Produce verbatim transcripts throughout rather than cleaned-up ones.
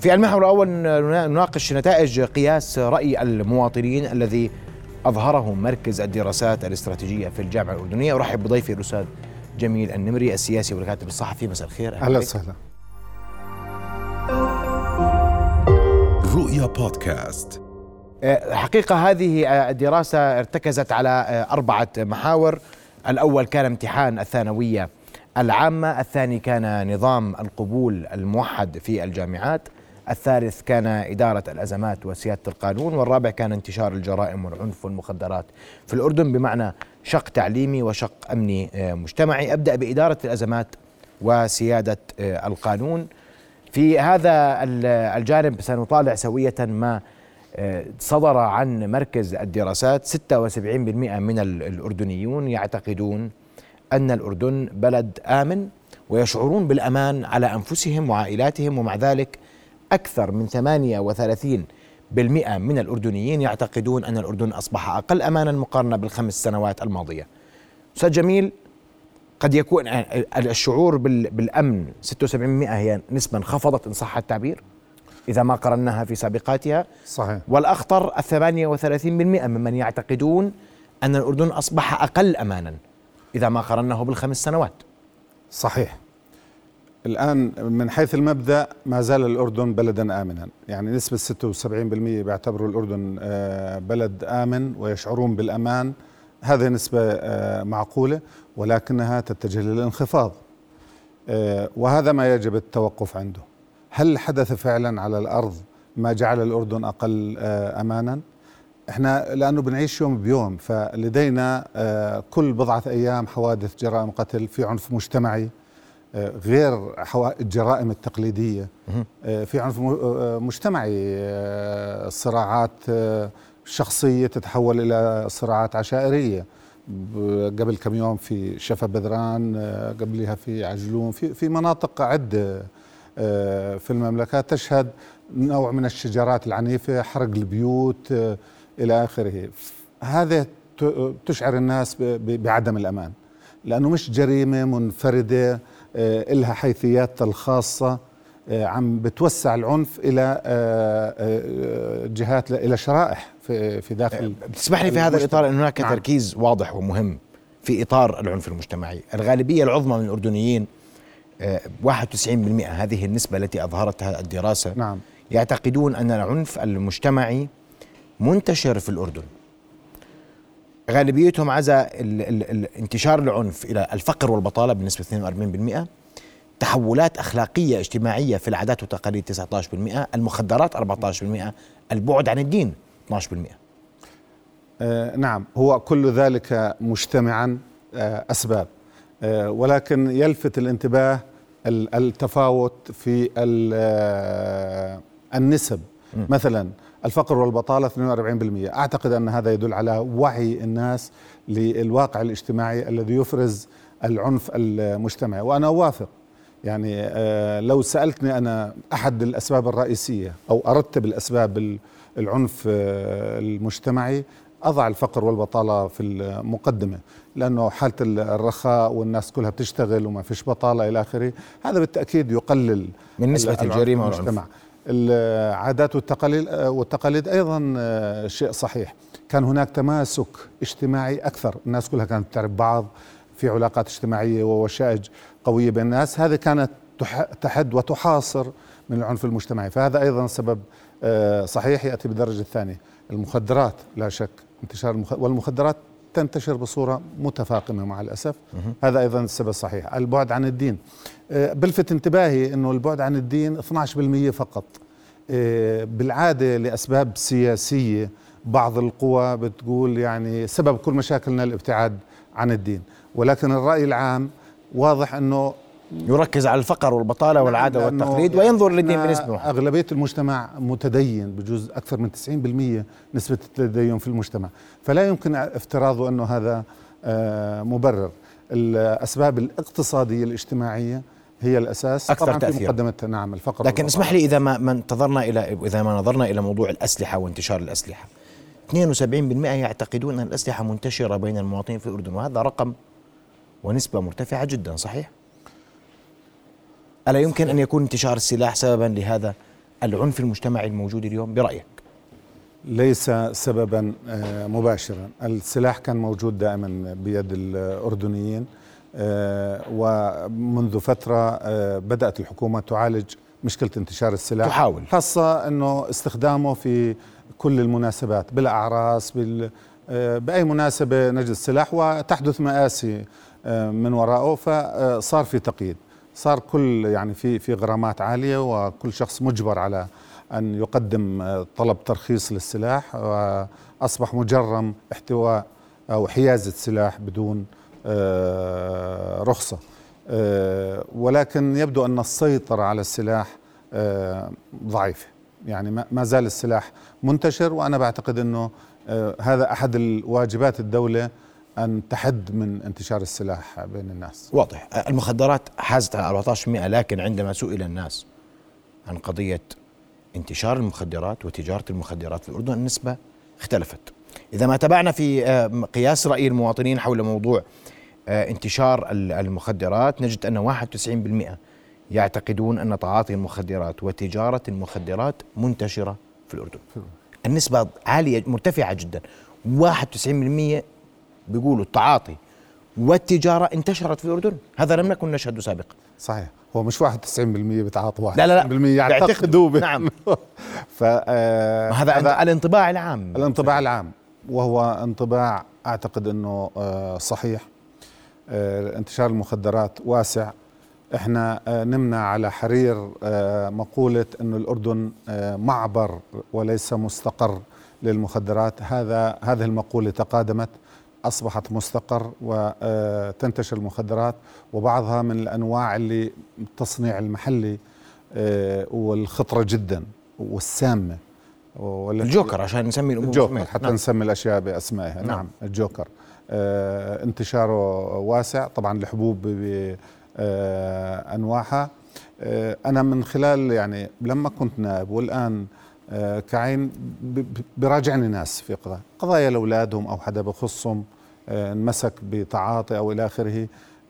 في المحور الأول نناقش نتائج قياس رأي المواطنين الذي أظهره مركز الدراسات الاستراتيجية في الجامعة الأردنية. أرحب بضيفي الأستاذ جميل النمري السياسي والكاتب الصحفي. مساء الخير. أهلا وسهلا. رؤيا بودكاست. حقيقة هذه الدراسة ارتكزت على أربعة محاور. الأول كان امتحان الثانوية العامة، الثاني كان نظام القبول الموحد في الجامعات، الثالث كان إدارة الأزمات وسيادة القانون، والرابع كان انتشار الجرائم والعنف والمخدرات في الأردن بمعنى شق تعليمي وشق أمني مجتمعي. أبدأ بإدارة الأزمات وسيادة القانون. في هذا الجانب سنطالع سوية ما صدر عن مركز الدراسات. ستة وسبعين بالمئة من الأردنيون يعتقدون أن الأردن بلد آمن ويشعرون بالأمان على أنفسهم وعائلاتهم، ومع ذلك أكثر من ثمانية وثلاثين بالمئة من الأردنيين يعتقدون أن الأردن أصبح أقل أمانا مقارنة بالخمس سنوات الماضية. أستاذ جميل، قد يكون الشعور بالأمن ستة وسبعين بالمئة هي نسبة انخفضت إن صح التعبير إذا ما قرناها في سابقاتها. صحيح. والأخطر الثمانية وثلاثين بالمئة ممن يعتقدون أن الأردن أصبح أقل أمانا إذا ما قرناه بالخمس سنوات. صحيح. الآن من حيث المبدأ ما زال الأردن بلدا آمنا، يعني نسبة ستة وسبعين بالمئة بيعتبروا الأردن بلد آمن ويشعرون بالأمان. هذه نسبة معقولة ولكنها تتجه للانخفاض، وهذا ما يجب التوقف عنده. هل حدث فعلا على الأرض ما جعل الأردن أقل أمانا؟ احنا لأنه بنعيش يوم بيوم، فلدينا كل بضعة أيام حوادث جرائم قتل، في عنف مجتمعي غير الجرائم التقليدية، في عنف مجتمعي، صراعات شخصية تتحول إلى صراعات عشائرية. قبل كم يوم في شفا بدران، قبلها في عجلون، في في مناطق عدة في المملكة تشهد نوع من الشجارات العنيفة، حرق البيوت إلى آخره. هذا تشعر الناس بعدم الأمان، لأنه مش جريمة منفردة إلها حيثياتها الخاصة، عم بتوسع العنف إلى جهات، إلى شرائح في في داخل. بتسمح لي في هذا الإطار أن هناك نعم. تركيز واضح ومهم في إطار العنف المجتمعي. الغالبية العظمى من الأردنيين واحد وتسعين بالمئة، هذه النسبة التي أظهرتها الدراسة، نعم. يعتقدون أن العنف المجتمعي منتشر في الأردن. غالبيتهم عزا انتشار العنف إلى الفقر والبطالة بنسبة اثنين وأربعين بالمئة، تحولات أخلاقية اجتماعية في العادات والتقاليد تسعة عشر بالمئة، المخدرات أربعة عشر بالمئة، البعد عن الدين اثني عشر بالمئة. آه نعم، هو كل ذلك مجتمعا آه أسباب، آه ولكن يلفت الانتباه التفاوت في النسب. م. مثلا الفقر والبطالة اثنين وأربعين بالمئة، أعتقد أن هذا يدل على وعي الناس للواقع الاجتماعي الذي يفرز العنف المجتمعي، وأنا أوافق. يعني لو سألتني أنا أحد الأسباب الرئيسية أو أرتب الأسباب العنف المجتمعي، أضع الفقر والبطالة في المقدمة، لأنه حالة الرخاء والناس كلها بتشتغل وما فيش بطالة إلى آخره، هذا بالتأكيد يقلل من نسبة الجريمة والعنف. العادات والتقاليد والتقاليد أيضا شيء صحيح. كان هناك تماسك اجتماعي أكثر، الناس كلها كانت تعرف بعض، في علاقات اجتماعية ووشائج قوية بين الناس، هذه كانت تحد وتحاصر من العنف المجتمعي. فهذا أيضا سبب صحيح يأتي بالدرجة الثانية. المخدرات لا شك انتشار المخ... والمخدرات تنتشر بصورة متفاقمة مع الأسف، هذا أيضا السبب صحيح. البعد عن الدين، بلفت انتباهي أنه البعد عن الدين اثني عشر بالمئة فقط. بالعادة لأسباب سياسية بعض القوى بتقول يعني سبب كل مشاكلنا الابتعاد عن الدين، ولكن الرأي العام واضح أنه يركز على الفقر والبطالة والعادة والتقليد وينظر للدين بنسبة. أغلبية المجتمع متدين، بجوز أكثر من تسعين بالمئة نسبة التدين في المجتمع، فلا يمكن افتراضه أنه هذا مبرر. الأسباب الاقتصادية الاجتماعية هي الأساس أكثر طبعا تأثير. في مقدمة نعم الفقر. لكن اسمح لي إذا ما ما انتظرنا إلى إذا ما نظرنا إلى موضوع الأسلحة وانتشار الأسلحة، اثنين وسبعين بالمئة يعتقدون أن الأسلحة منتشرة بين المواطنين في الأردن، وهذا رقم ونسبة مرتفعة جدا، صحيح؟ ألا يمكن أن يكون انتشار السلاح سببا لهذا العنف المجتمعي الموجود اليوم برأيك؟ ليس سببا مباشرا. السلاح كان موجود دائما بيد الأردنيين، ومنذ فترة بدأت الحكومة تعالج مشكلة انتشار السلاح، تحاول، خاصة أنه استخدامه في كل المناسبات، بالأعراس، بال بأي مناسبة نجد السلاح وتحدث مآسي من وراءه، فصار في تقييد، صار كل يعني في في غرامات عالية، وكل شخص مجبر على أن يقدم طلب ترخيص للسلاح، وأصبح مجرم احتواء أو حيازة سلاح بدون رخصة. ولكن يبدو أن السيطرة على السلاح ضعيفة، يعني ما زال السلاح منتشر، وأنا بعتقد أنه هذا أحد الواجبات الدولة أن تحد من انتشار السلاح بين الناس. واضح. المخدرات حازت على أربعة عشر بالمئة، لكن عندما سئل الناس عن قضية انتشار المخدرات وتجارة المخدرات في الأردن النسبة اختلفت. إذا ما تابعنا في قياس رأي المواطنين حول موضوع انتشار المخدرات نجد أن واحد وتسعين بالمئة يعتقدون أن تعاطي المخدرات وتجارة المخدرات منتشرة في الأردن. النسبة عالية مرتفعة جدا. واحد وتسعين بالمئة بيقولوا التعاطي والتجارة انتشرت في الأردن، هذا لم نكن نشهده سابقا. صحيح، هو مش واحد وتسعين بالمئة بتعاطي، واحد لا لا بالمئة يعتقدوا. نعم. ف آه هذا, هذا الانطباع العام. الانطباع العام، وهو انطباع أعتقد أنه آه صحيح. آه انتشار المخدرات واسع. احنا آه نمنع على حرير آه مقولة أنه الأردن آه معبر وليس مستقر للمخدرات. هذا هذه المقولة تقادمت، أصبحت مستقر وتنتشر المخدرات، وبعضها من الأنواع اللي التصنيع المحلي والخطرة جدا والسامة. الجوكر عشان نسمي الأمور الجوكر حتى نعم. نسمي الأشياء بأسمائها. نعم, نعم. الجوكر انتشاره واسع طبعا، الحبوب بأنواعها. أنا من خلال يعني لما كنت نائب والآن كعين براجعني ناس في قضايا قضايا لأولادهم أو حدا بخصهم انمسك بتعاطي أو إلى آخره،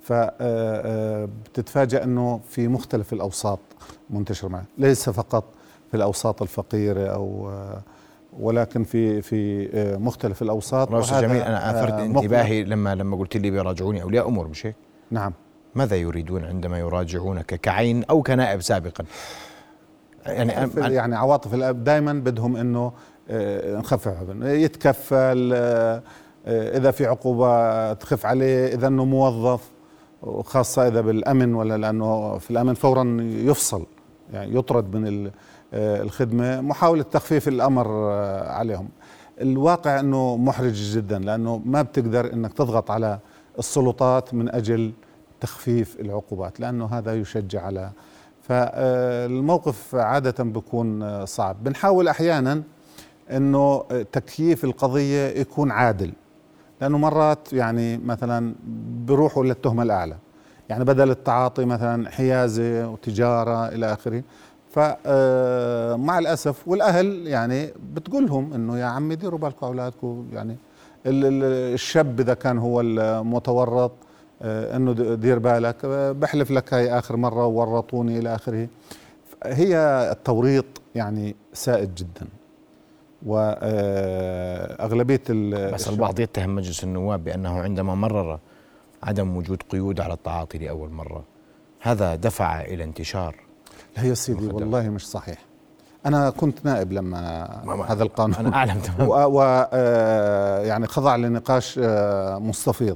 فبتتفاجأ أنه في مختلف الأوساط منتشر معه، ليس فقط في الأوساط الفقيرة أو ولكن في في مختلف الأوساط. رأس جميل، أنا أثرت انتباهي لما لما قلت لي بيراجعوني أولياء أمور، مش هيك؟ نعم. ماذا يريدون عندما يراجعونك كعين أو كنائب سابقا؟ يعني يعني عواطف الاب دائما بدهم انه نخفف، يتكفل، اذا في عقوبه تخف عليه، اذا انه موظف، وخاصه اذا بالامن، ولا لانه في الامن فورا يفصل، يعني يطرد من الخدمه، محاوله تخفيف الامر عليهم. الواقع انه محرج جدا، لانه ما بتقدر انك تضغط على السلطات من اجل تخفيف العقوبات، لانه هذا يشجع على، فالموقف عادة بيكون صعب. بنحاول أحيانا أنه تكييف القضية يكون عادل، لأنه مرات يعني مثلا بيروحوا للتهمة الأعلى، يعني بدل التعاطي مثلا حيازة وتجارة إلى آخره. فمع الأسف والأهل يعني بتقولهم أنه يا عمي ديروا بالكم أولادكم، يعني الشاب إذا كان هو المتورط انه دير بالك، بحلف لك هاي اخر مره وورطوني الى اخره. هي التوريط يعني سائد جدا، واغلبيه بس البعض يتهم مجلس النواب بانه عندما مرر عدم وجود قيود على التعاطي لاول مره هذا دفع الى انتشار. لا يا سيدي والله مش صحيح. انا كنت نائب لما هذا القانون، انا اعلم تمام، ويعني خضع لنقاش مستفيض.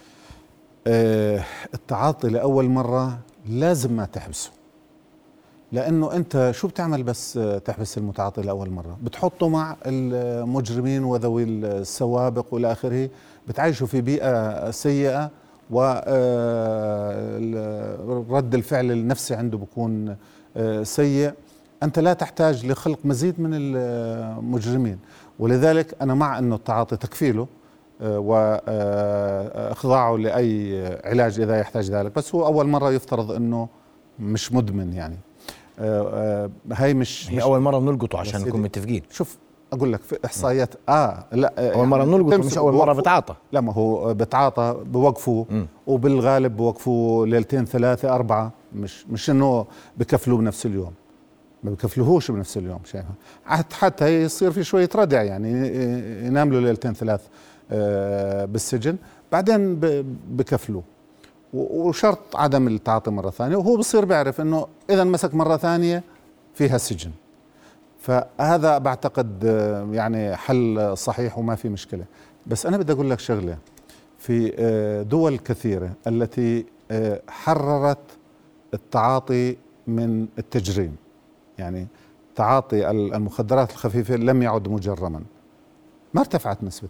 التعاطي لأول مرة لازم ما تحبسه، لأنه أنت شو بتعمل بس تحبس المتعاطي لأول مرة؟ بتحطه مع المجرمين وذوي السوابق والى آخره، بتعيشه في بيئة سيئة، ورد الفعل النفسي عنده بيكون سيء. أنت لا تحتاج لخلق مزيد من المجرمين، ولذلك أنا مع أنه التعاطي تكفيله واخضاعه لاي علاج اذا يحتاج ذلك، بس هو اول مره يفترض انه مش مدمن. يعني هاي مش, هي مش اول مره بنلقطه عشان نكون متفقين. شوف اقول لك في احصائيات اه لا اول مره بنلقطه، مش اول مره بتعاطى. لا، ما هو بتعاطى بوقفوا، وبالغالب بوقفوا ليلتين ثلاثه اربعه، مش مش انه بكفلوه بنفس اليوم. ما بكفلهوش بنفس اليوم، شايفها حتى يصير في شويه ردع، يعني ينام له ليلتين ثلاث بالسجن، بعدين بكفلوه، وشرط عدم التعاطي مره ثانيه، وهو بصير بيعرف انه اذا مسك مره ثانيه فيها سجن. فهذا بعتقد يعني حل صحيح وما في مشكله. بس انا بدي اقول لك شغله، في دول كثيره التي حررت التعاطي من التجريم، يعني تعاطي المخدرات الخفيفه لم يعد مجرما، ما ارتفعت نسبه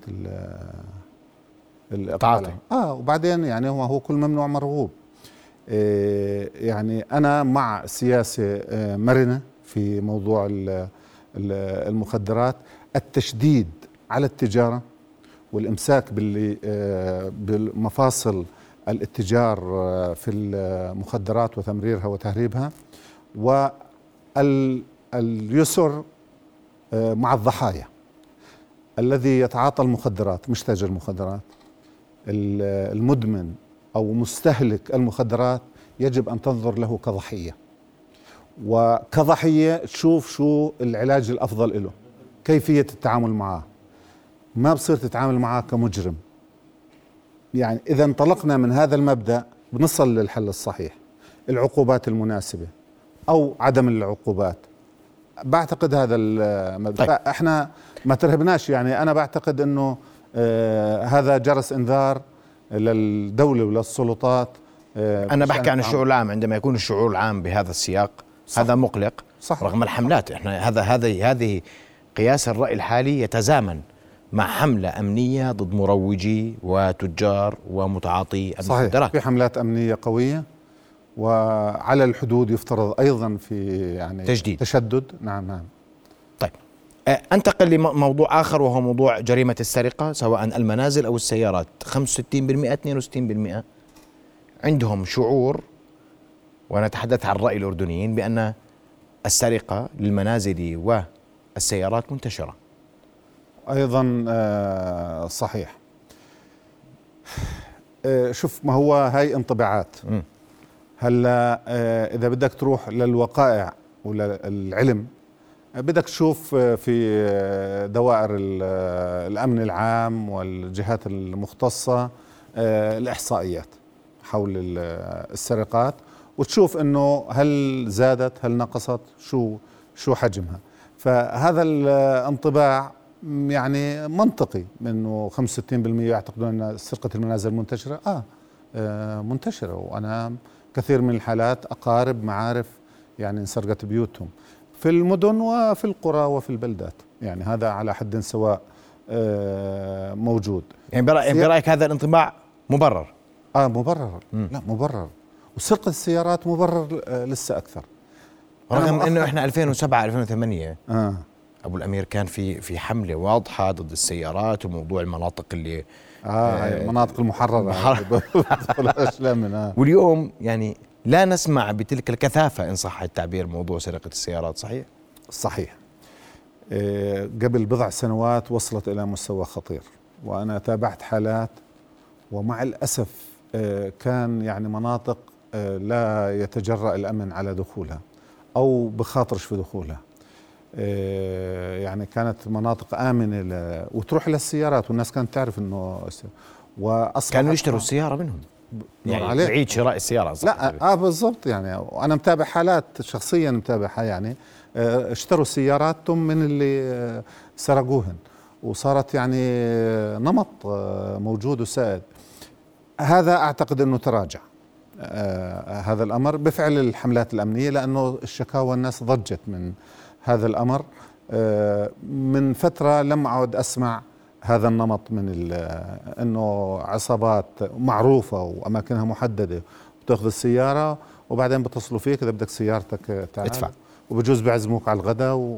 التعاطي. اه وبعدين يعني هو هو كل ممنوع مرغوب. إيه يعني انا مع سياسه مرنه في موضوع المخدرات، التشديد على التجاره والامساك باللي بالمفاصل الاتجار في المخدرات وتمريرها وتهريبها، واليسر مع الضحايا. الذي يتعاطى المخدرات مش تاجر المخدرات، المدمن أو مستهلك المخدرات يجب أن تنظر له كضحية، وكضحية تشوف شو العلاج الأفضل له، كيفية التعامل معه، ما بصير تتعامل معه كمجرم. يعني إذا انطلقنا من هذا المبدأ بنصل للحل الصحيح، العقوبات المناسبة أو عدم العقوبات. بعتقد هذا المبدأ. طيب. احنا ما ترهبناش، يعني أنا بعتقد أنه آه هذا جرس إنذار للدولة وللسلطات. آه أنا بحكي عن الشعور العام، عندما يكون الشعور العام بهذا السياق صح. هذا مقلق صح. رغم الحملات. احنا هذا هذه هذه قياس الرأي الحالي يتزامن مع حملة أمنية ضد مروجي وتجار ومتعاطي المخدرات. صحيح، في حملات أمنية قوية، وعلى الحدود يفترض أيضا في يعني تجديد تشدد. نعم نعم. طيب أنتقل لموضوع آخر، وهو موضوع جريمة السرقة سواء المنازل أو السيارات. خمسة وستين بالمئة اثنين وستين بالمئة عندهم شعور، ونتحدث عن رأي الأردنيين، بأن السرقة للمنازل والسيارات منتشرة. أيضا صحيح. شوف، ما هو هاي انطباعات. هلا إذا بدك تروح للوقائع وللعلم، بدك تشوف في دوائر الأمن العام والجهات المختصة الإحصائيات حول السرقات، وتشوف إنه هل زادت هل نقصت، شو شو حجمها. فهذا الانطباع يعني منطقي، انه خمسة وستين بالمئة يعتقدون ان سرقة المنازل منتشرة. آه, اه منتشرة، وانا كثير من الحالات اقارب معارف يعني انسرقت بيوتهم في المدن وفي القرى وفي البلدات، يعني هذا على حد سواء آه موجود. يعني برأيك, برأيك هذا الانطباع مبرر؟ اه مبرر. م. لا مبرر. وسرقة السيارات مبرر آه لسه اكثر، رغم انه احنا ألفين وسبعة ألفين وثمانية آه. ابو الامير كان في في حمله واضحه ضد السيارات وموضوع المناطق اللي اه, آه المناطق المحرره محرر. آه. واليوم يعني لا نسمع بتلك الكثافه ان صح التعبير موضوع سرقه السيارات. صحيح؟ صحيح. آه قبل بضع سنوات وصلت الى مستوى خطير، وانا تابعت حالات، ومع الاسف آه كان يعني مناطق آه لا يتجرأ الامن على دخولها او بخاطرش في دخولها. يعني كانت مناطق آمنة ل... وتروح للسيارات، والناس كانت تعرف انه واصبح كانوا يشتروا السيارة منهم، يعني بعيد شراء السيارة. لا اه بالضبط. يعني وانا متابع حالات شخصيا متابعها، يعني اشتروا سياراتهم من اللي سرقوهن، وصارت يعني نمط موجود وسائد. هذا اعتقد انه تراجع آه هذا الامر بفعل الحملات الامنية، لانه الشكاوى الناس ضجت من هذا الأمر. من فترة لم أعد أسمع هذا النمط من أنه عصابات معروفة وأماكنها محددة وتأخذ السيارة وبعدين بتصلوا فيك إذا بدك سيارتك تعال ادفع، وبجوز بعزموك على الغداء و...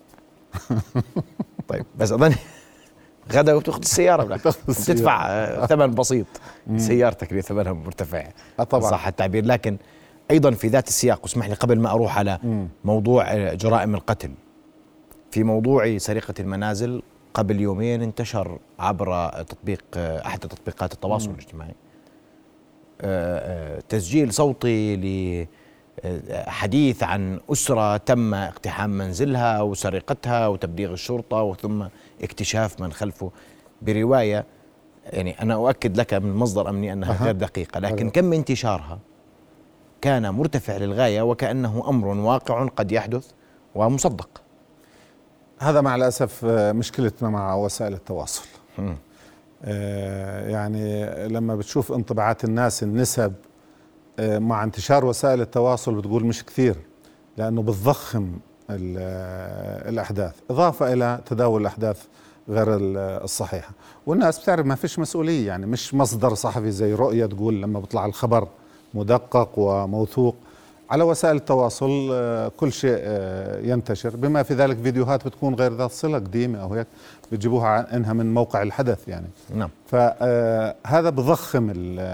طيب بس أظن غدا وبتأخذ السيارة بتدفع ثمن بسيط، سيارتك اللي ثمنها مرتفع طبعا صح التعبير. لكن أيضا في ذات السياق، واسمح لي قبل ما أروح على م. موضوع جرائم القتل، في موضوع سرقة المنازل قبل يومين انتشر عبر تطبيق أحد تطبيقات التواصل م. الاجتماعي تسجيل صوتي حديث عن أسرة تم اقتحام منزلها وسرقتها وتبليغ الشرطة وثم اكتشاف من خلفه برواية، يعني أنا أؤكد لك من مصدر أمني أنها أه. غير دقيقة، لكن كم انتشارها كان مرتفع للغاية وكأنه أمر واقع قد يحدث ومصدق. هذا مع الأسف مشكلتنا مع وسائل التواصل. م. آه يعني لما بتشوف انطباعات الناس النسب آه مع انتشار وسائل التواصل بتقول مش كثير، لأنه بتضخم الأحداث إضافة إلى تداول الأحداث غير الصحيحة، والناس بتعرف ما فيش مسؤولية، يعني مش مصدر صحفي زي رؤية تقول لما بيطلع الخبر مدقق وموثوق. على وسائل التواصل كل شيء ينتشر، بما في ذلك فيديوهات بتكون غير ذات صلة قديمة أو هيك بتجيبوها انها من موقع الحدث يعني. نعم. فهذا بضخم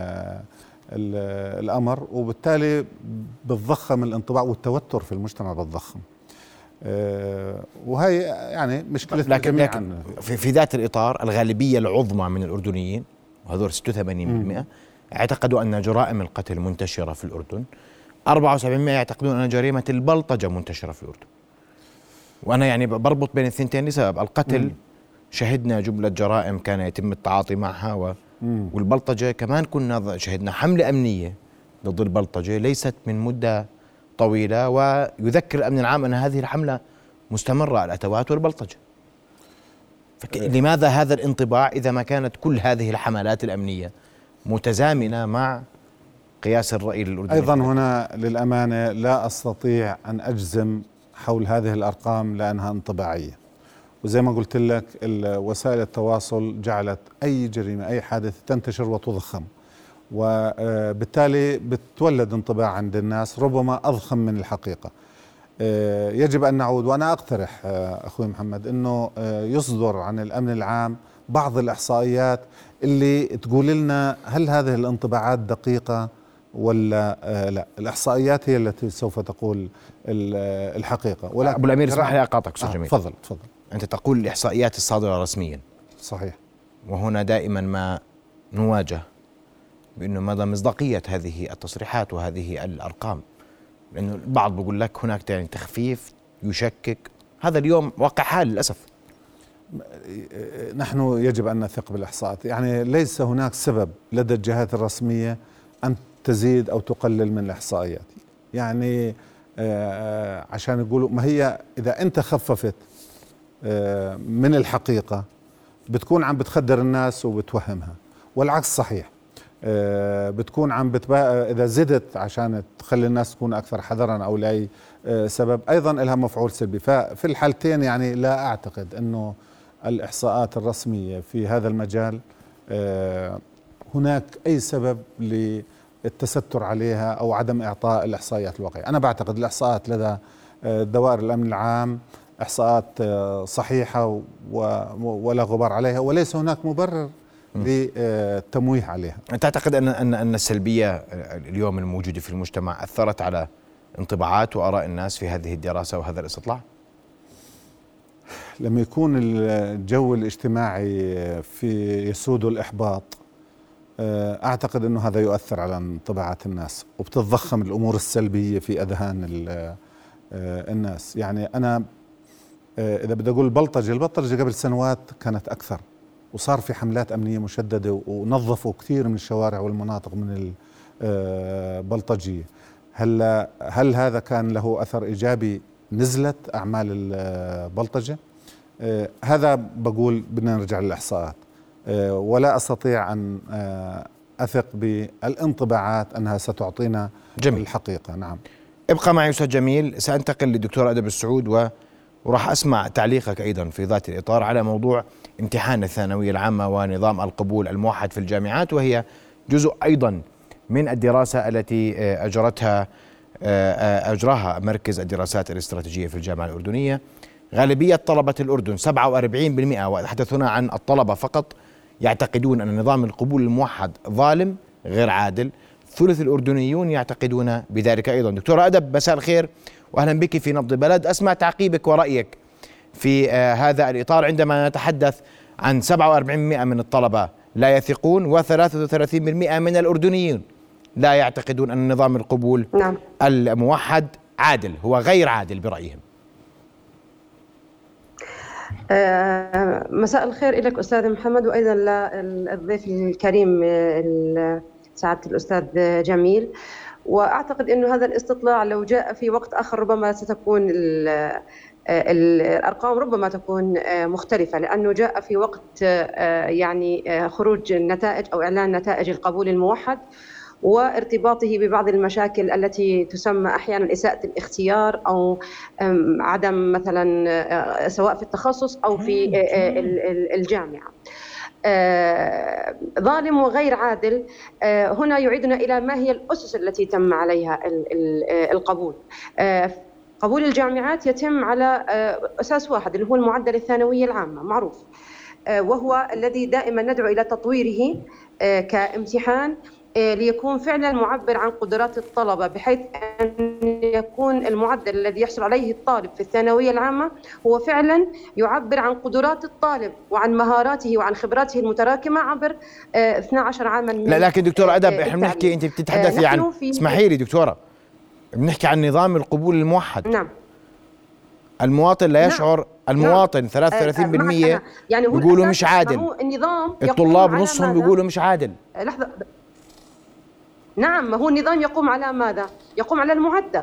الأمر، وبالتالي بتضخم الانطباع والتوتر في المجتمع بتضخم. وهي يعني مشكلة لكن, لكن في, في ذات الإطار الغالبية العظمى من الأردنيين وهذول ستة وثمانين بالمئة اعتقدوا أن جرائم القتل منتشرة في الأردن، أربعة وسبعين بالمئة يعتقدون أن جريمة البلطجة منتشرة في الأردن. وأنا يعني بربط بين الثنتين لسبب القتل مم. شهدنا جملة جرائم كان يتم التعاطي معها و مم. والبلطجة كمان كنا شهدنا حملة أمنية ضد البلطجة ليست من مدة طويلة، ويذكر الأمن العام أن هذه الحملة مستمرة، الأتوات والبلطجة. لماذا هذا الانطباع إذا ما كانت كل هذه الحملات الأمنية متزامنة مع قياس الرأي الأردني؟ أيضا هنا للأمانة لا أستطيع أن أجزم حول هذه الأرقام لأنها انطباعية، وزي ما قلت لك وسائل التواصل جعلت أي جريمة أي حادث تنتشر وتضخم، وبالتالي بتولد انطباع عند الناس ربما أضخم من الحقيقة. يجب أن نعود، وأنا أقترح أخوي محمد أنه يصدر عن الأمن العام بعض الإحصائيات اللي تقول لنا هل هذه الانطباعات دقيقة ولا لا. الإحصائيات هي التي سوف تقول الحقيقة. ولكن أبو الأمير اسمح لي أقاطعك أستاذ آه جميل. تفضل تفضل. أنت تقول الإحصائيات الصادرة رسميا. صحيح. وهنا دائما ما نواجه بأنه مدى مصداقية هذه التصريحات وهذه الأرقام، لأنه البعض بيقول لك هناك يعني تخفيف يشكك. هذا اليوم واقع حال للأسف. نحن يجب أن نثق بالإحصاءات، يعني ليس هناك سبب لدى الجهات الرسمية أن تزيد أو تقلل من الإحصائيات. يعني عشان يقولوا ما هي إذا أنت خففت من الحقيقة بتكون عم بتخدر الناس وبتوهمها، والعكس صحيح. بتكون عم بتبقى إذا زدت عشان تخلي الناس تكون أكثر حذرا أو لأي سبب أيضا لها مفعول سلبي. ففي الحالتين يعني لا أعتقد أنه الإحصاءات الرسمية في هذا المجال هناك أي سبب للتستر عليها أو عدم إعطاء الإحصائيات الواقعية. أنا بعتقد الإحصاءات لدى دوائر الأمن العام إحصاءات صحيحة ولا غبار عليها، وليس هناك مبرر للتمويه عليها. أنت تعتقد أن أن أن السلبية اليوم الموجودة في المجتمع أثرت على انطباعات وآراء الناس في هذه الدراسة وهذا الاستطلاع؟ لما يكون الجو الاجتماعي في يسود الإحباط أعتقد أنه هذا يؤثر على انطباعات الناس وبتتضخم الأمور السلبية في أذهان الناس. يعني أنا إذا بدي أقول البلطجة البلطجة قبل سنوات كانت أكثر، وصار في حملات أمنية مشددة ونظفوا كثير من الشوارع والمناطق من البلطجية. هل هل هذا كان له أثر إيجابي؟ نزلت أعمال البلطجة؟ هذا بقول بدنا نرجع للإحصاءات، ولا أستطيع أن أثق بالانطباعات أنها ستعطينا جميل. الحقيقة. نعم. ابقى معي أستاذ جميل، سأنتقل للدكتور أدب السعود و وراح أسمع تعليقك أيضا في ذات الإطار على موضوع امتحان الثانوية العامة ونظام القبول الموحد في الجامعات، وهي جزء أيضا من الدراسة التي أجرتها أجراها مركز الدراسات الاستراتيجية في الجامعة الأردنية. غالبية طلبة الأردن سبعة وأربعين بالمئة، وأتحدث هنا عن الطلبة فقط، يعتقدون أن نظام القبول الموحد ظالم غير عادل. ثلث الأردنيون يعتقدون بذلك أيضا. دكتورة أدب مساء الخير وأهلا بك في نبض البلد. أسمع تعقيبك ورأيك في آه هذا الإطار عندما نتحدث عن سبعة وأربعين بالمئة من الطلبة لا يثقون وثلاثة وثلاثين بالمئة من الأردنيين لا يعتقدون أن نظام القبول نعم. الموحد عادل، هو غير عادل برأيهم. آه مساء الخير لك أستاذ محمد، وأيضا للضيف الكريم سعادة الأستاذ جميل. وأعتقد أن هذا الاستطلاع لو جاء في وقت آخر ربما ستكون الأرقام ربما تكون مختلفة، لأنه جاء في وقت يعني خروج النتائج أو إعلان نتائج القبول الموحد وارتباطه ببعض المشاكل التي تسمى أحيانا إساءة الاختيار أو عدم مثلا سواء في التخصص أو في الجامعة. آه ظالم وغير عادل، آه هنا يعيدنا إلى ما هي الأسس التي تم عليها القبول. آه قبول الجامعات يتم على آه أساس واحد اللي هو المعدل الثانوية العامة معروف، آه وهو الذي دائما ندعو إلى تطويره آه كامتحان ليكون فعلا معبر عن قدرات الطلبة، بحيث أن يكون المعدل الذي يحصل عليه الطالب في الثانوية العامة هو فعلا يعبر عن قدرات الطالب وعن مهاراته وعن خبراته المتراكمة عبر اثني عشر عاما من لا لكن دكتورة أدب احنا بنحكي، انت بتتحدثي عن، اسمحي لي دكتورة، بنحكي عن نظام القبول الموحد. نعم. المواطن لا يشعر، نعم. المواطن نعم. ثلاثة وثلاثين بالمئة يعني بيقولوا مش عادل، النظام الطلاب نصهم بيقولوا مش عادل. لحظة، نعم، ما هو النظام يقوم على ماذا؟ يقوم على المعدل.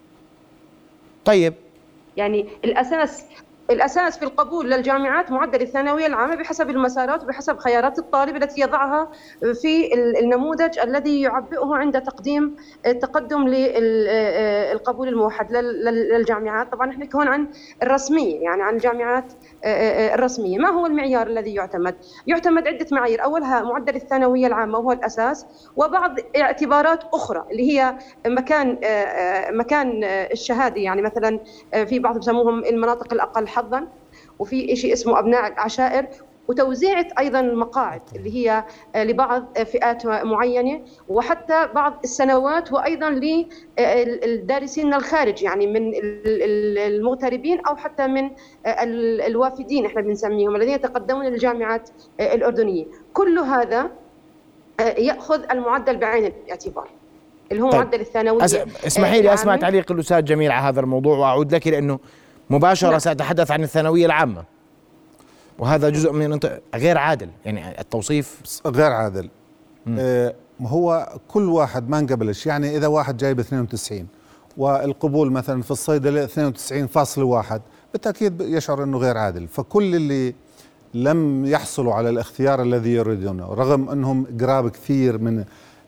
طيب يعني الأساس الأساس في القبول للجامعات معدل الثانوية العامة بحسب المسارات وبحسب خيارات الطالب التي يضعها في النموذج الذي يعبئه عند تقديم التقدم للقبول الموحد للجامعات. طبعا نحن هون عن الرسمية، يعني عن الجامعات الرسمية. ما هو المعيار الذي يعتمد؟ يعتمد عدة معايير، أولها معدل الثانوية العامة وهو الأساس، وبعض اعتبارات أخرى اللي هي مكان مكان الشهادة، يعني مثلا في بعض يسموهم المناطق الأقل حظا، وفي شيء اسمه أبناء العشائر، وتوزيعة أيضا المقاعد اللي هي لبعض فئات معينة، وحتى بعض السنوات، وأيضا للدارسين الخارج، يعني من المغتربين أو حتى من الوافدين احنا بنسميهم الذين يتقدمون للجامعات الأردنية. كل هذا يأخذ المعدل بعين الاعتبار اللي هو طيب. معدل الثانوية. أس... اسمحي لي أسمع تعليق الأستاذ جميل على هذا الموضوع وأعود لك، لأنه مباشرة نعم. سأتحدث عن الثانوية العامة، وهذا جزء من غير عادل، يعني التوصيف غير عادل. آه هو كل واحد ما انقبلش، يعني إذا واحد جايب اثنين وتسعين والقبول مثلا في الصيدلة اثنين وتسعين فاصلة واحد بالتأكيد يشعر أنه غير عادل. فكل اللي لم يحصلوا على الاختيار الذي يريدونه رغم أنهم قراب كثير من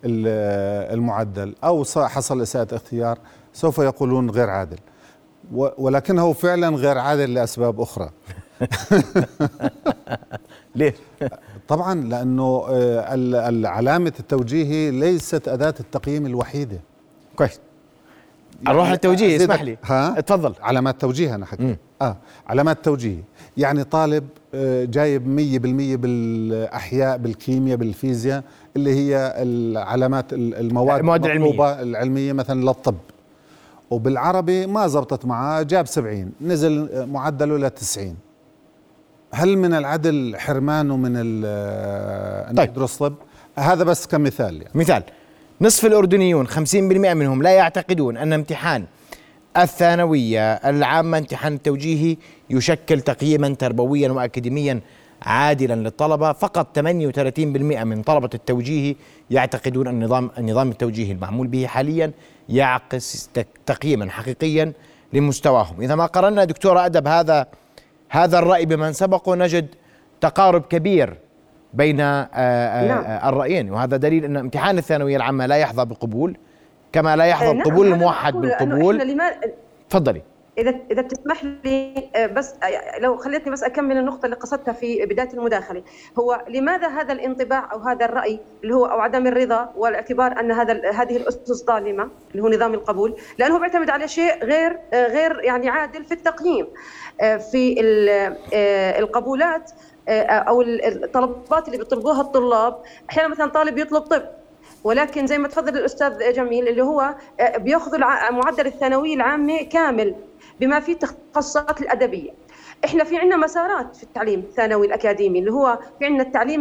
المعدل أو حصل إساءة اختيار سوف يقولون غير عادل، ولكنه فعلا غير عادل لأسباب أخرى. ليه؟ طبعا لأنه علامة التوجيهي ليست أداة التقييم الوحيدة. كويس، أروح التوجيهي اسمح لي. ها؟ اتفضل. علامات توجيه أنا حكي. آه علامات توجيهي، يعني طالب جايب مية بالمية بالأحياء بالكيمياء بالفيزياء اللي هي العلامات المواد المطلوبة العلمية مثلا للطب، وبالعربي ما زبطت معاه جاب سبعين نزل معدله إلى تسعين. هل من العدل حرمانه من أن طيب. يدرس طب؟ هذا بس كمثال يعني. مثال، نصف الأردنيون خمسين بالمئة منهم لا يعتقدون أن امتحان الثانوية العامة امتحان التوجيهي يشكل تقييما تربويا وأكاديميا عادلا للطلبة. فقط ثمانية وثلاثين بالمئة من طلبة التوجيهي يعتقدون أن النظام النظام التوجيهي المعمول به حاليا يعكس تقييما حقيقيا لمستواهم. إذا ما قررنا دكتورة أدب هذا هذا الرأي بمن سبقه نجد تقارب كبير بين الرأيين، وهذا دليل أن امتحان الثانوية العامة لا يحظى بقبول كما لا يحظى القبول الموحد بالقبول. تفضلي. إذا إذا بتسمح لي بس لو خليتني بس أكمل النقطة اللي قصدتها في بداية المداخلة، هو لماذا هذا الانطباع أو هذا الرأي اللي هو أو عدم الرضا والاعتبار أن هذا هذه الأسس ظالمة اللي هو نظام القبول؟ لأنه بيعتمد على شيء غير غير يعني عادل في التقييم. في القبولات أو الطلبات اللي بيطلبوها الطلاب، أحيانا مثلا طالب يطلب طب، ولكن زي ما تفضل الأستاذ جميل اللي هو بياخذ معدل الثانوية العامة كامل بما فيه التخصصات الأدبية. احنا في عندنا مسارات في التعليم الثانوي الاكاديمي، اللي هو في عندنا التعليم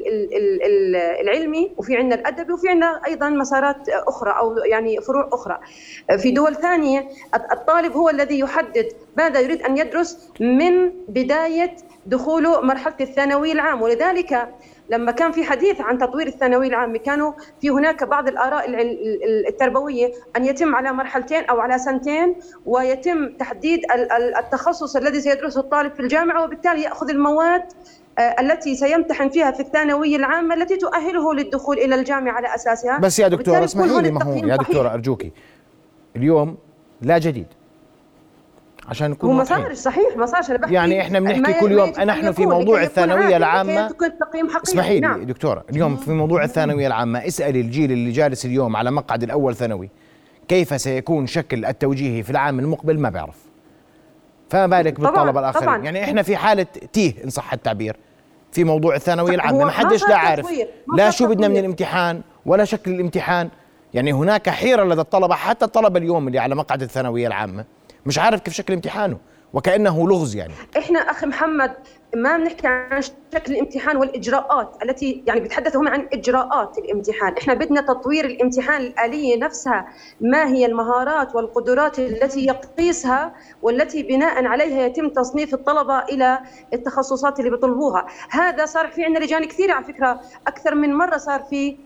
العلمي وفي عندنا الادبي وفي عندنا ايضا مسارات اخرى او يعني فروع اخرى. في دول ثانيه الطالب هو الذي يحدد ماذا يريد ان يدرس من بدايه دخوله مرحله الثانوي العام، ولذلك لما كان في حديث عن تطوير الثانوي العام كانوا في هناك بعض الآراء التربوية أن يتم على مرحلتين أو على سنتين، ويتم تحديد التخصص الذي سيدرسه الطالب في الجامعة، وبالتالي يأخذ المواد التي سيمتحن فيها في الثانوية العامة التي تؤهله للدخول إلى الجامعة على أساسها. بس يا دكتورة اسمحي لي، ما هو يا دكتورة أرجوكي اليوم لا جديد عشان نكون هو ما صارش صحيح، ما صارش. أنا يعني احنا بنحكي كل يوم نحن في موضوع الثانويه العامه. اسمحي لي نعم. دكتوره، اليوم في موضوع الثانويه العامه اسالي الجيل اللي جالس اليوم على مقعد الاول ثانوي كيف سيكون شكل التوجيهي في العام المقبل، ما بيعرف، فما بالك بالطلبه الاخرين. طبعاً. يعني احنا في حاله تيه ان صح التعبير في موضوع الثانويه العامه، ما حدش لا عارف لا شو بدنا من الامتحان ولا شكل الامتحان. يعني هناك حيره لدى الطلبه، حتى الطلبه اليوم اللي على مقعد الثانويه العامه مش عارف كيف شكل امتحانه وكأنه لغز. يعني احنا اخي محمد ما بنحكي عن شكل الامتحان والاجراءات التي يعني بيتحدثوا هم عن اجراءات الامتحان، احنا بدنا تطوير الامتحان، الآلية نفسها ما هي المهارات والقدرات التي يقيسها والتي بناء عليها يتم تصنيف الطلبة الى التخصصات اللي بيطلبوها. هذا صار في عندنا لجان كثيرة على فكرة، اكثر من مرة صار في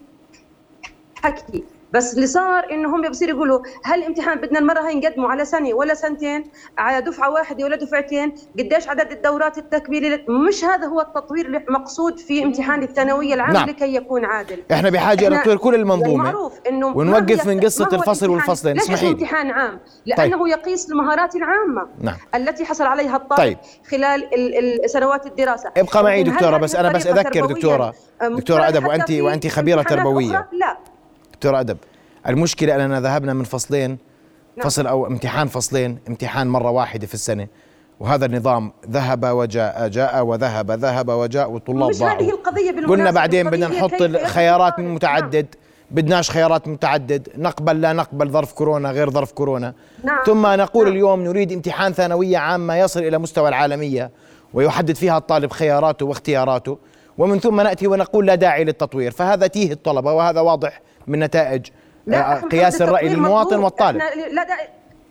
حكي، بس اللي صار انه هم بيصيروا يقولوا هل الامتحان بدنا المره هي نقدمه على سنه ولا سنتين، على دفعه واحده ولا دفعتين، قديش عدد الدورات التكميليه. مش هذا هو التطوير المقصود في امتحان الثانويه العامه. نعم. لكي يكون عادل احنا بحاجه الى تطوير كل المنظومه، معروف انه ونوقف من قصه الفصل والفصلين. اسمحي لي، امتحان عام لانه طيب. يقيس المهارات العامه نعم. التي حصل عليها الطالب طيب. خلال سنوات الدراسه. ابقى معي دكتوره، بس انا بس اذكر دكتوره دكتوره ادب، وانت وانت خبيره تربويه. لا دكتوره ادب، المشكلة أننا ذهبنا من فصلين، فصل أو امتحان فصلين، امتحان مرة واحدة في السنة، وهذا النظام ذهب وجاء، جاء وذهب، ذهب وجاء، والطلاب ضاعوا. قلنا بعدين بدنا نحط خيارات متعدد، بدناش خيارات متعدد، نقبل لا نقبل ظرف كورونا غير ظرف كورونا. نعم. ثم نقول نعم. اليوم نريد امتحان ثانوية عامة يصل إلى مستوى العالمية ويحدد فيها الطالب خياراته واختياراته، ومن ثم نأتي ونقول لا داعي للتطوير. فهذا تيه الطلبة، وهذا واضح من نتائج قياس الرأي للمواطن والطالب. لا دا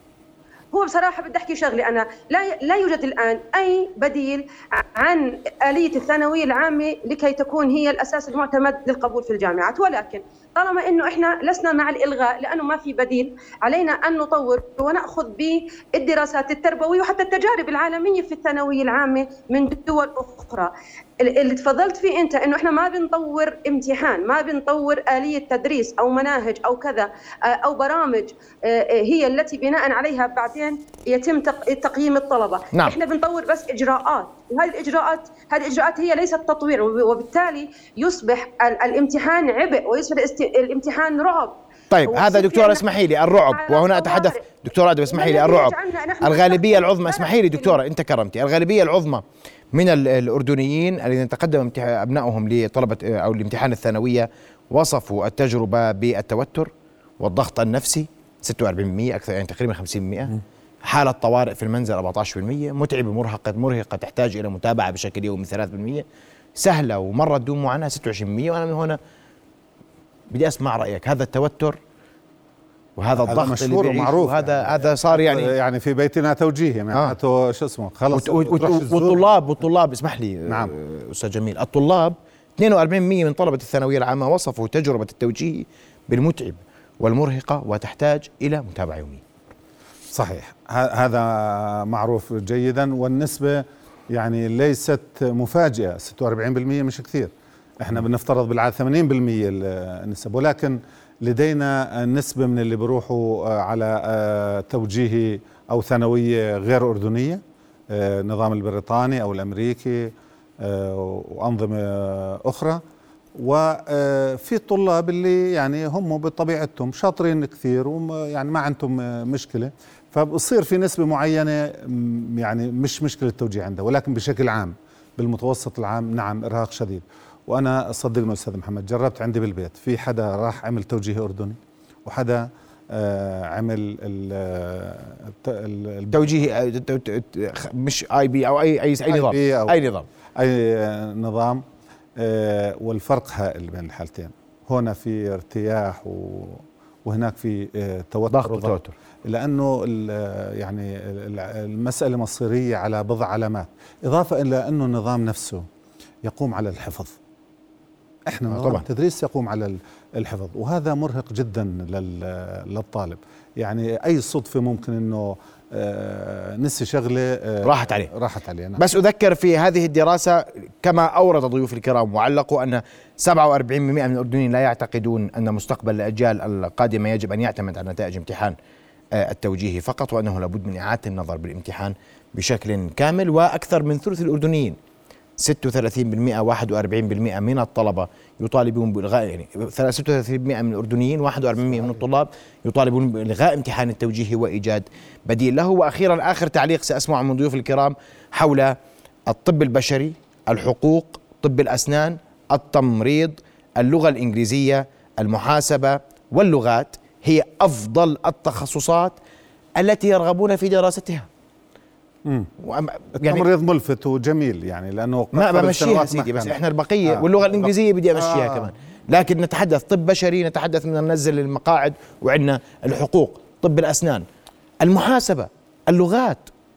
هو بصراحة بدي أحكي شغلي، أنا لا لا يوجد الآن أي بديل عن آلية الثانوية العامة لكي تكون هي الأساس المعتمد للقبول في الجامعات، ولكن طالما إنه إحنا لسنا مع الإلغاء لأنه ما في بديل، علينا أن نطور ونأخذ بالدراسات التربوية وحتى التجارب العالمية في الثانوية العامة من دول أخرى. اللي تفضلت فيه أنت إنه إحنا ما بنطور امتحان، ما بنطور آلية تدريس أو مناهج أو كذا أو برامج هي التي بناء عليها بعدين يتم تقييم الطلبة. نعم. إحنا بنطور بس إجراءات، وهذه الإجراءات هذه الإجراءات هي ليست تطوير، وبالتالي يصبح الامتحان عبء ويصبح الامتحان رعب. طيب هذا دكتورة اسمحي لي الرعب، وهنا أتحدث دكتورة أدب اسمحي لي الرعب. الغالبية العظمى، اسمحي لي دكتورة أنت كرمتي، الغالبية العظمى من الأردنيين الذين تقدم أبنائهم لطلبة أو الامتحان الثانوية وصفوا التجربة بالتوتر والضغط النفسي ستة وأربعين بالمئة، أكثر يعني تقريبا خمسين بالمئة، حالة طوارئ في المنزل أربعة عشر بالمئة، متعبة مرهقة مرهقة تحتاج إلى متابعة بشكل يومي ثلاثة بالمئة، سهلة ومرة دون معاناة ستة وعشرين بالمئة. وأنا من هنا بدي أسمع رأيك. هذا التوتر وهذا الضغط اللي معروف، هذا هذا صار يعني يعني في بيتنا توجيهي معناته آه. شو اسمه خلص. والطلاب والطلاب اسمح لي نعم. أستاذ جميل، الطلاب اثنين وأربعين بالمئة من طلبة الثانوية العامة وصفوا تجربة التوجيه بالمتعب والمرهقة وتحتاج إلى متابعة يومية. صحيح، هذا معروف جيدا، والنسبة يعني ليست مفاجئة، ستة وأربعين بالمئة مش كثير، احنا بنفترض بالعادة ثمانين بالمئة النسب، ولكن لدينا نسبة من اللي بيروحوا على توجيهي أو ثانوية غير أردنية، النظام البريطاني أو الأمريكي وأنظمة أخرى، وفي الطلاب اللي يعني هم بطبيعتهم شاطرين كثير ويعني ما عندهم مشكلة، فبصير في نسبة معينة يعني مش مشكلة التوجيه عنده، ولكن بشكل عام بالمتوسط العام نعم إرهاق شديد. وأنا صدقني أستاذ محمد جربت عندي بالبيت، في حدا راح عمل توجيه أردني وحدا عمل التوجيه مش اي بي او اي اي اي نظام أو اي نظام اي نظام والفرق هائل بين الحالتين. هنا في ارتياح وهناك في توتر وتوتر، لانه يعني المساله مصيريه على بضع علامات، اضافه الى انه النظام نفسه يقوم على الحفظ. احنا نظام التدريس يقوم على الحفظ، وهذا مرهق جدا للطالب. يعني اي صدفه ممكن انه نسي شغله راحت عليه راحت عليه. نعم. بس اذكر في هذه الدراسه كما اورد ضيوف الكرام وعلقوا ان سبعة وأربعين بالمئة من الاردنيين لا يعتقدون ان مستقبل الاجيال القادمه يجب ان يعتمد على نتائج امتحان التوجيهي فقط، وانه لابد من اعاده النظر بالامتحان بشكل كامل. واكثر من ثلث الاردنيين ستة وثلاثين بالمئة واحد وأربعين بالمئة من الطلبة يطالبون بإلغاء، يعني ستة وثلاثين بالمئة من الأردنيين واحد وأربعين بالمئة من الطلاب يطالبون بإلغاء امتحان التوجيهي وإيجاد بديل له. وأخيرا آخر تعليق سأسمع من ضيوف الكرام حول الطب البشري، الحقوق، طب الأسنان، التمريض، اللغة الإنجليزية، المحاسبة واللغات هي أفضل التخصصات التي يرغبون في دراستها. امم يعني التمريض ملفت وجميل يعني لانه ما بمشيها سيدي، بس احنا البقيه آه. واللغه الانجليزيه بدي امشيها آه. كمان، لكن نتحدث طب بشري، نتحدث من ننزل المقاعد، وعندنا الحقوق، طب الاسنان، المحاسبه، اللغات،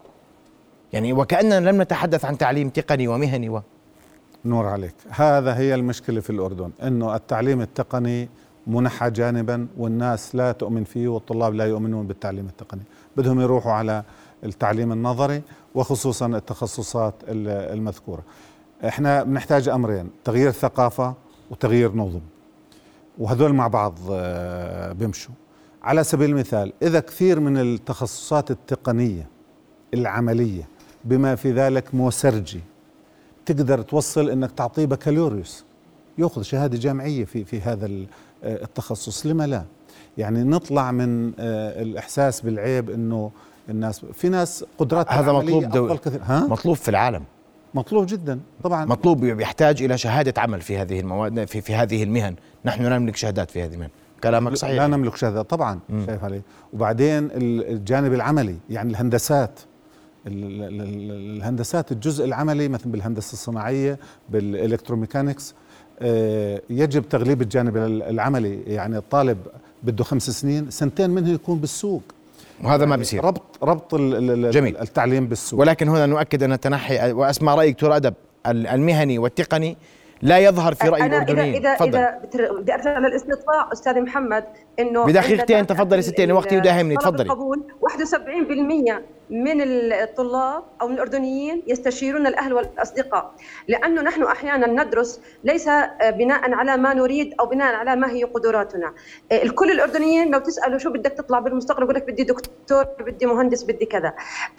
يعني وكاننا لم نتحدث عن تعليم تقني ومهني. و نور عليك. هذا هي المشكله في الاردن، انه التعليم التقني منحى جانبا والناس لا تؤمن فيه والطلاب لا يؤمنون بالتعليم التقني، بدهم يروحوا على التعليم النظري وخصوصا التخصصات المذكورة. احنا بنحتاج امرين، تغيير ثقافة وتغيير نظم، وهذول مع بعض بيمشوا. على سبيل المثال اذا كثير من التخصصات التقنية العملية بما في ذلك موسرجي تقدر توصل انك تعطيه بكالوريوس ياخذ شهادة جامعية في في هذا التخصص، لما لا؟ يعني نطلع من الاحساس بالعيب انه الناس، في ناس قدرات هذا مطلوب دول مطلوب في العالم، مطلوب جدا طبعا، مطلوب يحتاج الى شهاده عمل في هذه المواد في في هذه المهن. نحن لا نملك شهادات في هذه المهن. كلامك صحيح، لا نملك شهادات طبعا. م. شايف علي. وبعدين الجانب العملي، يعني الهندسات الهندسات الجزء العملي مثل بالهندسه الصناعيه بالالكتروميكانكس يجب تغليب الجانب العملي. يعني الطالب بده خمس سنين، سنتين منه يكون بالسوق، وهذا ما بيصير. ربط ربط جميل. التعليم بالسوق. ولكن هنا نؤكد ان التنحي، واسمع راي دكتور ادب، المهني والتقني لا يظهر في راي الاردنيين. اذا اذا اذا بدي ارجع للاستطلاع استاذ محمد، انه بدقيقتين تفضلي ستين، وقتي يداهمني، تفضلي. القبول واحد وسبعين بالمئة من الطلاب او من الاردنيين يستشيرون الاهل والاصدقاء، لانه نحن احيانا ندرس ليس بناء على ما نريد او بناء على ما هي قدراتنا. الكل الاردنيين لو تسالوا شو بدك تطلع بالمستقبل يقول لك بدي دكتور، بدي مهندس، بدي كذا.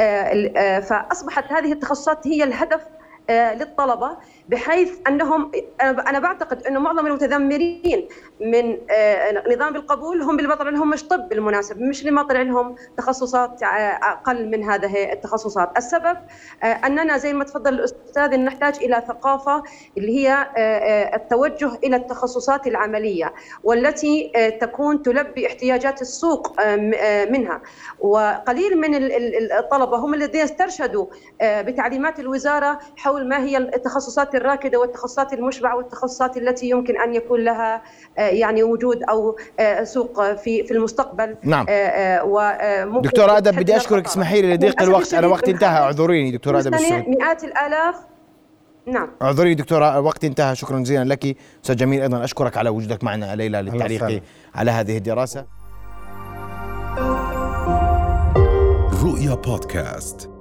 فاصبحت هذه التخصصات هي الهدف للطلبة، بحيث أنهم أنا بعتقد أنه معظم المتذمرين من نظام القبول هم اللي بطلع لهم مش طب بالمناسبة، مش اللي ما طلع لهم تخصصات أقل من هذه التخصصات. السبب أننا زي ما تفضل الأستاذ نحتاج إلى ثقافة اللي هي التوجه إلى التخصصات العملية والتي تكون تلبي احتياجات السوق منها. وقليل من الطلبة هم الذين استرشدوا بتعليمات الوزارة حول ما هي التخصصات الراكدة والتخصصات المشبعة والتخصصات التي يمكن أن يكون لها يعني وجود أو سوق في في المستقبل. نعم. دكتورة أدب بدي أشكرك، اسمحي لي لضيق الوقت، أنا وقتي انتهى، اعذريني دكتورة أدب السعود. مئات الآلاف. نعم اعذريني دكتورة، وقتي انتهى. شكرا جزيلا لك. أستاذ جميل أيضا أشكرك على وجودك معنا ليلى للتعليق على هذه الدراسة. رؤيا بودكاست.